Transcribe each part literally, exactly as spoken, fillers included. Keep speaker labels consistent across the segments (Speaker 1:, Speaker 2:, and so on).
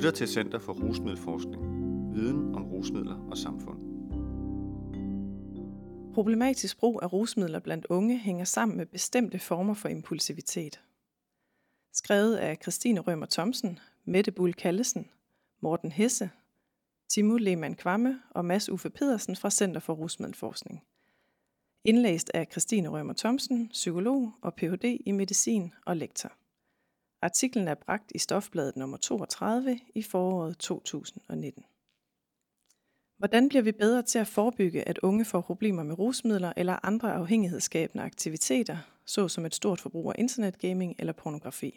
Speaker 1: lytter til Center for Rusmiddelforskning. Viden om rusmidler og samfund.
Speaker 2: Problematisk brug af rusmidler blandt unge hænger sammen med bestemte former for impulsivitet. Skrevet af Christine Rømer Thomsen, Mette Buhl Callesen, Morten Hesse, Timo Lehmann Kvamme og Mads Uffe Pedersen fra Center for Rusmiddelforskning. Indlæst af Christine Rømer Thomsen, psykolog og P H D i medicin og lektor. Artiklen er bragt i Stofbladet nummer toogtredive i foråret to tusind og nitten. Hvordan bliver vi bedre til at forebygge, at unge får problemer med rusmidler eller andre afhængighedsskabende aktiviteter, såsom et stort forbrug af internetgaming eller pornografi?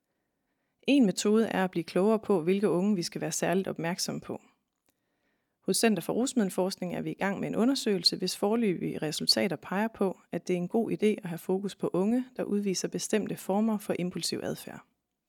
Speaker 2: En metode er at blive klogere på, hvilke unge vi skal være særligt opmærksomme på. Hos Center for Rusmiddelforskning er vi i gang med en undersøgelse, hvis foreløbige resultater peger på, at det er en god idé at have fokus på unge, der udviser bestemte former for impulsiv adfærd.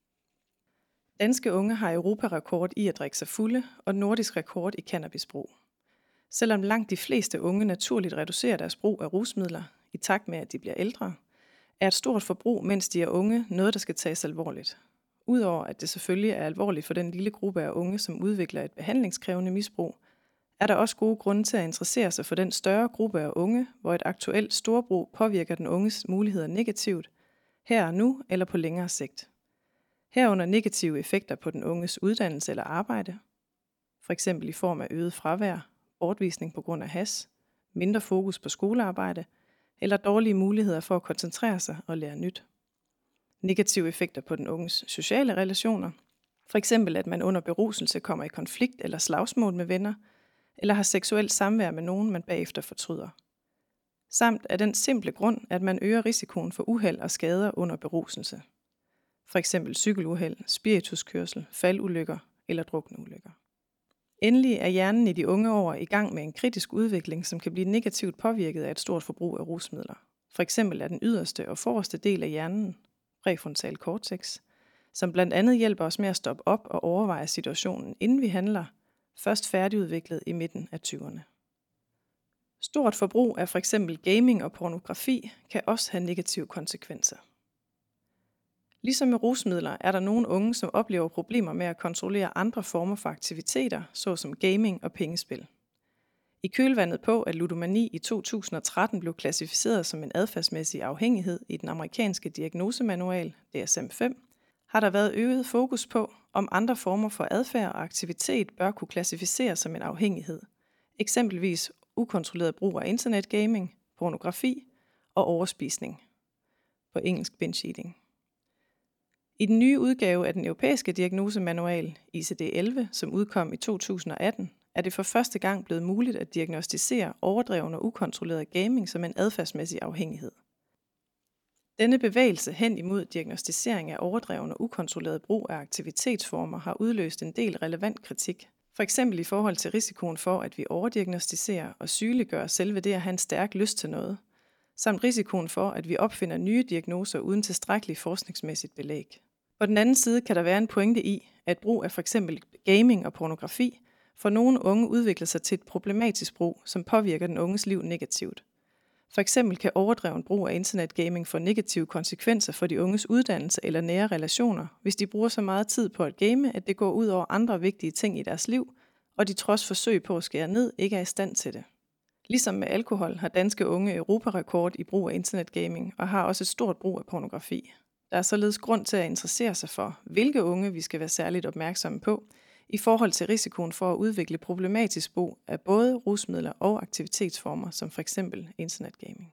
Speaker 2: Danske unge har europarekord i at drikke sig fulde og nordisk rekord i cannabisbrug. Selvom langt de fleste unge naturligt reducerer deres brug af rusmidler i takt med, at de bliver ældre, er et stort forbrug, mens de er unge, noget, der skal tages alvorligt. Udover at det selvfølgelig er alvorligt for den lille gruppe af unge, som udvikler et behandlingskrævende misbrug, er der også gode grunde til at interessere sig for den større gruppe af unge, hvor et aktuelt storbrug påvirker den unges muligheder negativt, her og nu eller på længere sigt. Herunder negative effekter på den unges uddannelse eller arbejde, f.eks. i form af øget fravær, bortvisning på grund af hash, mindre fokus på skolearbejde eller dårlige muligheder for at koncentrere sig og lære nyt. Negative effekter på den unges sociale relationer, f.eks. at man under beruselse kommer i konflikt eller slagsmål med venner, eller har seksuelt samvær med nogen, man bagefter fortryder. Samt af den simple grund, at man øger risikoen for uheld og skader under beruselse. For eksempel cykeluheld, spirituskørsel, faldulykker eller drukneulykker. Endelig er hjernen i de unge år i gang med en kritisk udvikling, som kan blive negativt påvirket af et stort forbrug af rusmidler. For eksempel er den yderste og forreste del af hjernen, præfrontal cortex, som blandt andet hjælper os med at stoppe op og overveje situationen, inden vi handler, først færdigudviklet i midten af tyverne. Stort forbrug af for eksempel gaming og pornografi kan også have negative konsekvenser. Ligesom med rusmidler er der nogle unge, som oplever problemer med at kontrollere andre former for aktiviteter, såsom gaming og pengespil. I kølvandet på, at ludomani i to tusind og tretten blev klassificeret som en adfærdsmæssig afhængighed i den amerikanske diagnosemanual D S M fem, har der været øget fokus på, om andre former for adfærd og aktivitet bør kunne klassificeres som en afhængighed, eksempelvis ukontrolleret brug af internetgaming, pornografi og overspisning, på engelsk binge eating. I den nye udgave af den europæiske diagnosemanual I C D elleve, som udkom i to tusind og atten, er det for første gang blevet muligt at diagnosticere overdreven og ukontrolleret gaming som en adfærdsmæssig afhængighed. Denne bevægelse hen imod diagnosticering af overdreven og ukontrolleret brug af aktivitetsformer har udløst en del relevant kritik, for eksempel i forhold til risikoen for, at vi overdiagnosticerer og sygeliggør selve det at have en stærk lyst til noget, samt risikoen for, at vi opfinder nye diagnoser uden tilstrækkelig forskningsmæssigt belæg. På den anden side kan der være en pointe i, at brug af f.eks. gaming og pornografi for nogle unge udvikler sig til et problematisk brug, som påvirker den unges liv negativt. For eksempel kan overdreven brug af internetgaming få negative konsekvenser for de unges uddannelse eller nære relationer, hvis de bruger så meget tid på at game, at det går ud over andre vigtige ting i deres liv, og de trods forsøg på at skære ned ikke er i stand til det. Ligesom med alkohol har danske unge europarekord i brug af internetgaming og har også et stort brug af pornografi. Der er således grund til at interessere sig for, hvilke unge vi skal være særligt opmærksomme på, i forhold til risikoen for at udvikle problematisk brug af både rusmidler og aktivitetsformer, som f.eks. internetgaming.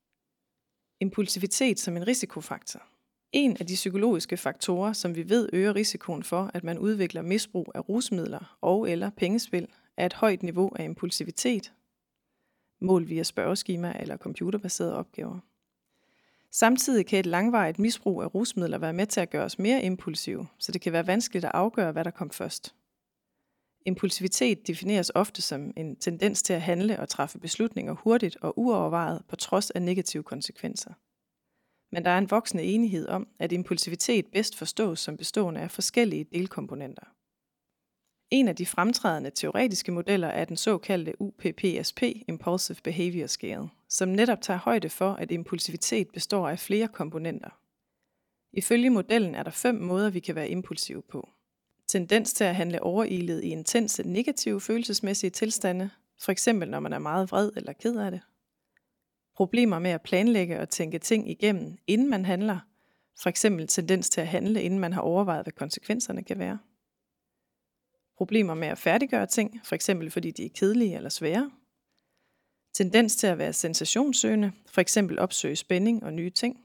Speaker 2: Impulsivitet som en risikofaktor. En af de psykologiske faktorer, som vi ved øger risikoen for, at man udvikler misbrug af rusmidler og eller pengespil, er et højt niveau af impulsivitet, mål via spørgeskema eller computerbaserede opgaver. Samtidig kan et langvarigt misbrug af rusmidler være med til at gøre os mere impulsive, så det kan være vanskeligt at afgøre, hvad der kom først. Impulsivitet defineres ofte som en tendens til at handle og træffe beslutninger hurtigt og uovervejet på trods af negative konsekvenser. Men der er en voksende enighed om, at impulsivitet bedst forstås som bestående af forskellige delkomponenter. En af de fremtrædende teoretiske modeller er den såkaldte U P P S P, Impulsive Behavior Scale, som netop tager højde for, at impulsivitet består af flere komponenter. Ifølge modellen er der fem måder, vi kan være impulsive på. tendens til at handle overilet i intense negative følelsesmæssige tilstande, f.eks. når man er meget vred eller ked af det. Problemer med at planlægge og tænke ting igennem, inden man handler, f.eks. tendens til at handle, inden man har overvejet, hvad konsekvenserne kan være. Problemer med at færdiggøre ting, f.eks. fordi de er kedelige eller svære. Tendens til at være sensationssøgende, f.eks. opsøge spænding og nye ting.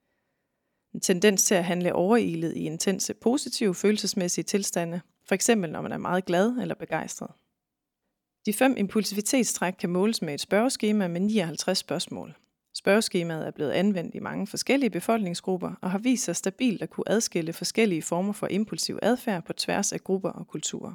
Speaker 2: En tendens til at handle overilet i intense positive følelsesmæssige tilstande, f.eks. når man er meget glad eller begejstret. De fem impulsivitetstræk kan måles med et spørgeskema med nioghalvtreds spørgsmål. Spørgeskemaet er blevet anvendt i mange forskellige befolkningsgrupper og har vist sig stabilt at kunne adskille forskellige former for impulsiv adfærd på tværs af grupper og kulturer.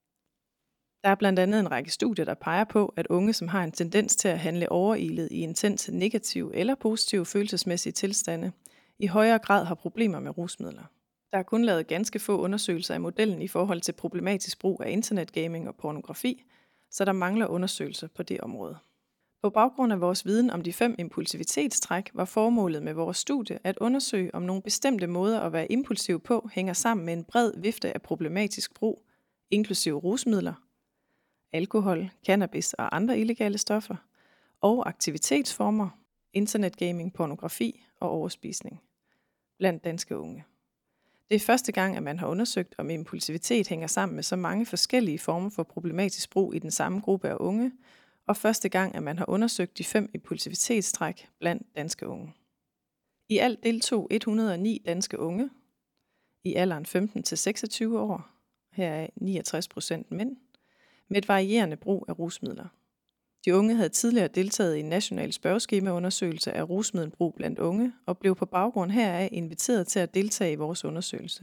Speaker 2: Der er blandt andet en række studier, der peger på, at unge, som har en tendens til at handle overilet i intense negative eller positive følelsesmæssige tilstande, i højere grad har problemer med rusmidler. Der er kun lavet ganske få undersøgelser af modellen i forhold til problematisk brug af internetgaming og pornografi, så der mangler undersøgelser på det område. På baggrund af vores viden om de fem impulsivitetstræk var formålet med vores studie at undersøge, om nogle bestemte måder at være impulsiv på hænger sammen med en bred vifte af problematisk brug, inklusive rusmidler, alkohol, cannabis og andre illegale stoffer, og aktivitetsformer, internetgaming, pornografi og overspisning blandt danske unge. Det er første gang, at man har undersøgt, om impulsivitet hænger sammen med så mange forskellige former for problematisk brug i den samme gruppe af unge, og første gang, at man har undersøgt de fem impulsivitetstræk blandt danske unge. I alt deltog et hundrede og ni danske unge i alderen femten til seksogtyve år, her er niogtres procent mænd, med et varierende brug af rusmidler. De unge havde tidligere deltaget i en national spørgeskemaundersøgelse af rusmiddelbrug blandt unge og blev på baggrund heraf inviteret til at deltage i vores undersøgelse.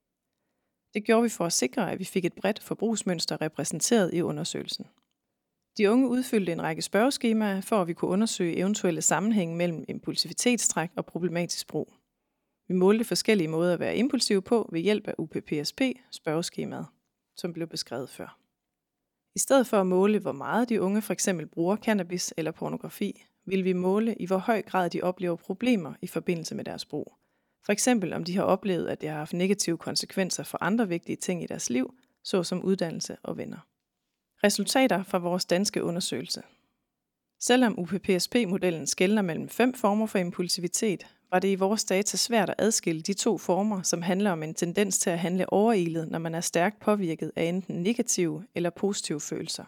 Speaker 2: Det gjorde vi for at sikre, at vi fik et bredt forbrugsmønster repræsenteret i undersøgelsen. De unge udfyldte en række spørgeskemaer, for at vi kunne undersøge eventuelle sammenhænge mellem impulsivitetstræk og problematisk brug. Vi målte forskellige måder at være impulsiv på ved hjælp af U P P S P-spørgeskemaet, som blev beskrevet før. I stedet for at måle, hvor meget de unge f.eks. bruger cannabis eller pornografi, vil vi måle, i hvor høj grad de oplever problemer i forbindelse med deres brug. For eksempel om de har oplevet, at det har haft negative konsekvenser for andre vigtige ting i deres liv, såsom uddannelse og venner. Resultater fra vores danske undersøgelse. Selvom U P P S P-modellen skelner mellem fem former for impulsivitet, var det i vores data svært at adskille de to former, som handler om en tendens til at handle overilet, når man er stærkt påvirket af enten negative eller positive følelser.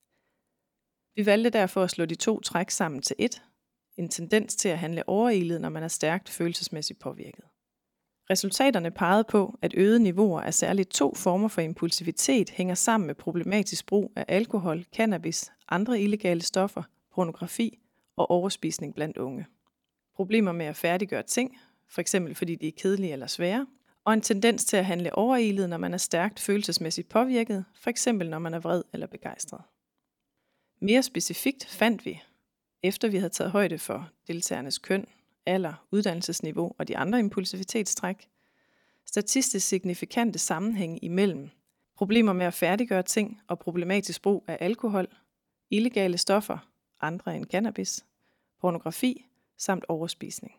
Speaker 2: Vi valgte derfor at slå de to træk sammen til et, en tendens til at handle overilet, når man er stærkt følelsesmæssigt påvirket. Resultaterne pegede på, at øgede niveauer af særligt to former for impulsivitet hænger sammen med problematisk brug af alkohol, cannabis, andre illegale stoffer, pornografi og overspisning blandt unge. Problemer med at færdiggøre ting, f.eks. fordi de er kedelige eller svære, og en tendens til at handle overilet, når man er stærkt følelsesmæssigt påvirket, f.eks. når man er vred eller begejstret. Mere specifikt fandt vi, efter vi havde taget højde for deltagernes køn, alder, uddannelsesniveau og de andre impulsivitetstræk, statistisk signifikante sammenhænge imellem problemer med at færdiggøre ting og problematisk brug af alkohol, illegale stoffer, andre end cannabis, pornografi samt overspisning.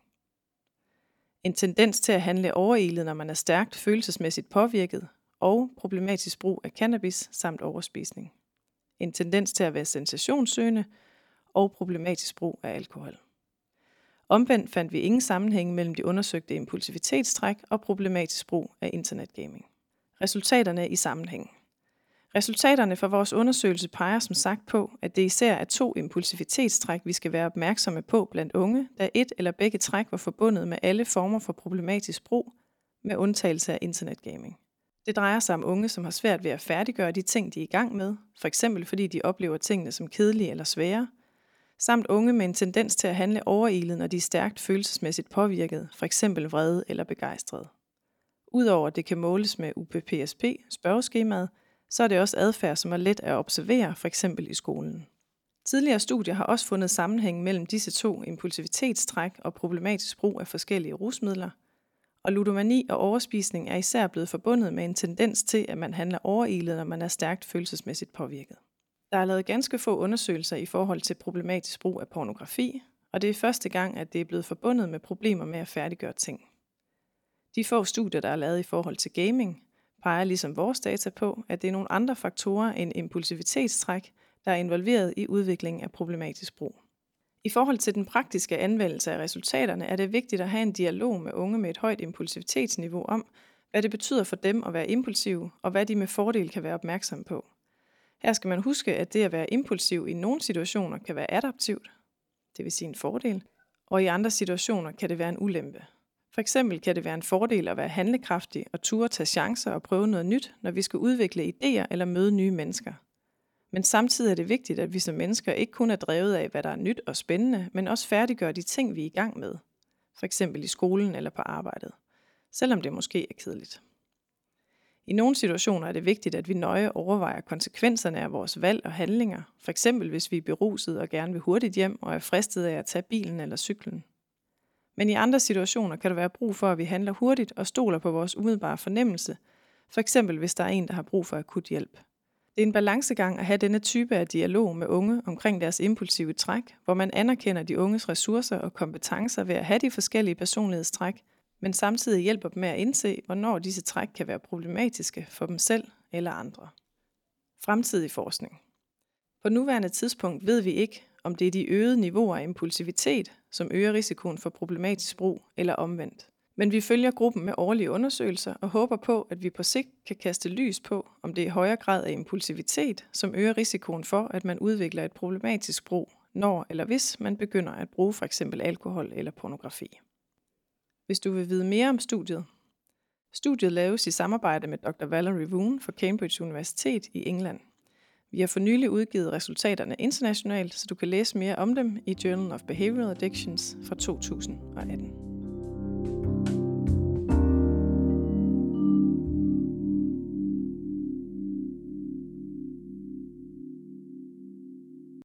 Speaker 2: En tendens til at handle overilet, når man er stærkt følelsesmæssigt påvirket, og problematisk brug af cannabis samt overspisning. En tendens til at være sensationssøgende og problematisk brug af alkohol. Omvendt fandt vi ingen sammenhæng mellem de undersøgte impulsivitetstræk og problematisk brug af internetgaming. Resultaterne i sammenhæng. Resultaterne fra vores undersøgelse peger som sagt på, at det især er to impulsivitetstræk, vi skal være opmærksomme på blandt unge, da et eller begge træk var forbundet med alle former for problematisk brug, med undtagelse af internetgaming. Det drejer sig om unge, som har svært ved at færdiggøre de ting, de er i gang med, f.eks. fordi de oplever tingene som kedelige eller svære, samt unge med en tendens til at handle overilet, når de er stærkt følelsesmæssigt påvirket, f.eks. vrede eller begejstrede. Udover at det kan måles med U P P S P-spørgeskemaet, så er det også adfærd, som er let at observere, f.eks. i skolen. Tidligere studier har også fundet sammenhæng mellem disse to impulsivitetstræk og problematisk brug af forskellige rusmidler, og ludomani og overspisning er især blevet forbundet med en tendens til, at man handler overilet, når man er stærkt følelsesmæssigt påvirket. Der er lavet ganske få undersøgelser i forhold til problematisk brug af pornografi, og det er første gang, at det er blevet forbundet med problemer med at færdiggøre ting. De få studier, der er lavet i forhold til gaming, peger ligesom vores data på, at det er nogle andre faktorer end impulsivitetstræk, der er involveret i udviklingen af problematisk brug. I forhold til den praktiske anvendelse af resultaterne er det vigtigt at have en dialog med unge med et højt impulsivitetsniveau om, hvad det betyder for dem at være impulsive, og hvad de med fordel kan være opmærksomme på. Her skal man huske, at det at være impulsiv i nogle situationer kan være adaptivt, det vil sige en fordel, og i andre situationer kan det være en ulempe. For eksempel kan det være en fordel at være handlekraftig og turde tage chancer og prøve noget nyt, når vi skal udvikle idéer eller møde nye mennesker. Men samtidig er det vigtigt, at vi som mennesker ikke kun er drevet af, hvad der er nyt og spændende, men også færdiggør de ting, vi er i gang med. For eksempel i skolen eller på arbejdet. Selvom det måske er kedeligt. I nogle situationer er det vigtigt, at vi nøje overvejer konsekvenserne af vores valg og handlinger. For eksempel hvis vi er beruset og gerne vil hurtigt hjem og er fristet af at tage bilen eller cyklen. Men i andre situationer kan der være brug for, at vi handler hurtigt og stoler på vores umiddelbare fornemmelse. For eksempel hvis der er en, der har brug for akut hjælp. Det er en balancegang at have denne type af dialog med unge omkring deres impulsive træk, hvor man anerkender de unges ressourcer og kompetencer ved at have de forskellige personlighedstræk, men samtidig hjælper dem med at indse, hvornår disse træk kan være problematiske for dem selv eller andre. Fremtidig forskning. På nuværende tidspunkt ved vi ikke, om det er de øgede niveauer af impulsivitet, som øger risikoen for problematisk brug eller omvendt. Men vi følger gruppen med årlige undersøgelser og håber på, at vi på sigt kan kaste lys på, om det er i højere grad af impulsivitet, som øger risikoen for, at man udvikler et problematisk brug, når eller hvis man begynder at bruge for eksempel alkohol eller pornografi. Hvis du vil vide mere om studiet. Studiet laves i samarbejde med doktor Valerie Woon fra Cambridge Universitet i England. Vi har for nylig udgivet resultaterne internationalt, så du kan læse mere om dem i Journal of Behavioral Addictions fra to tusind og atten.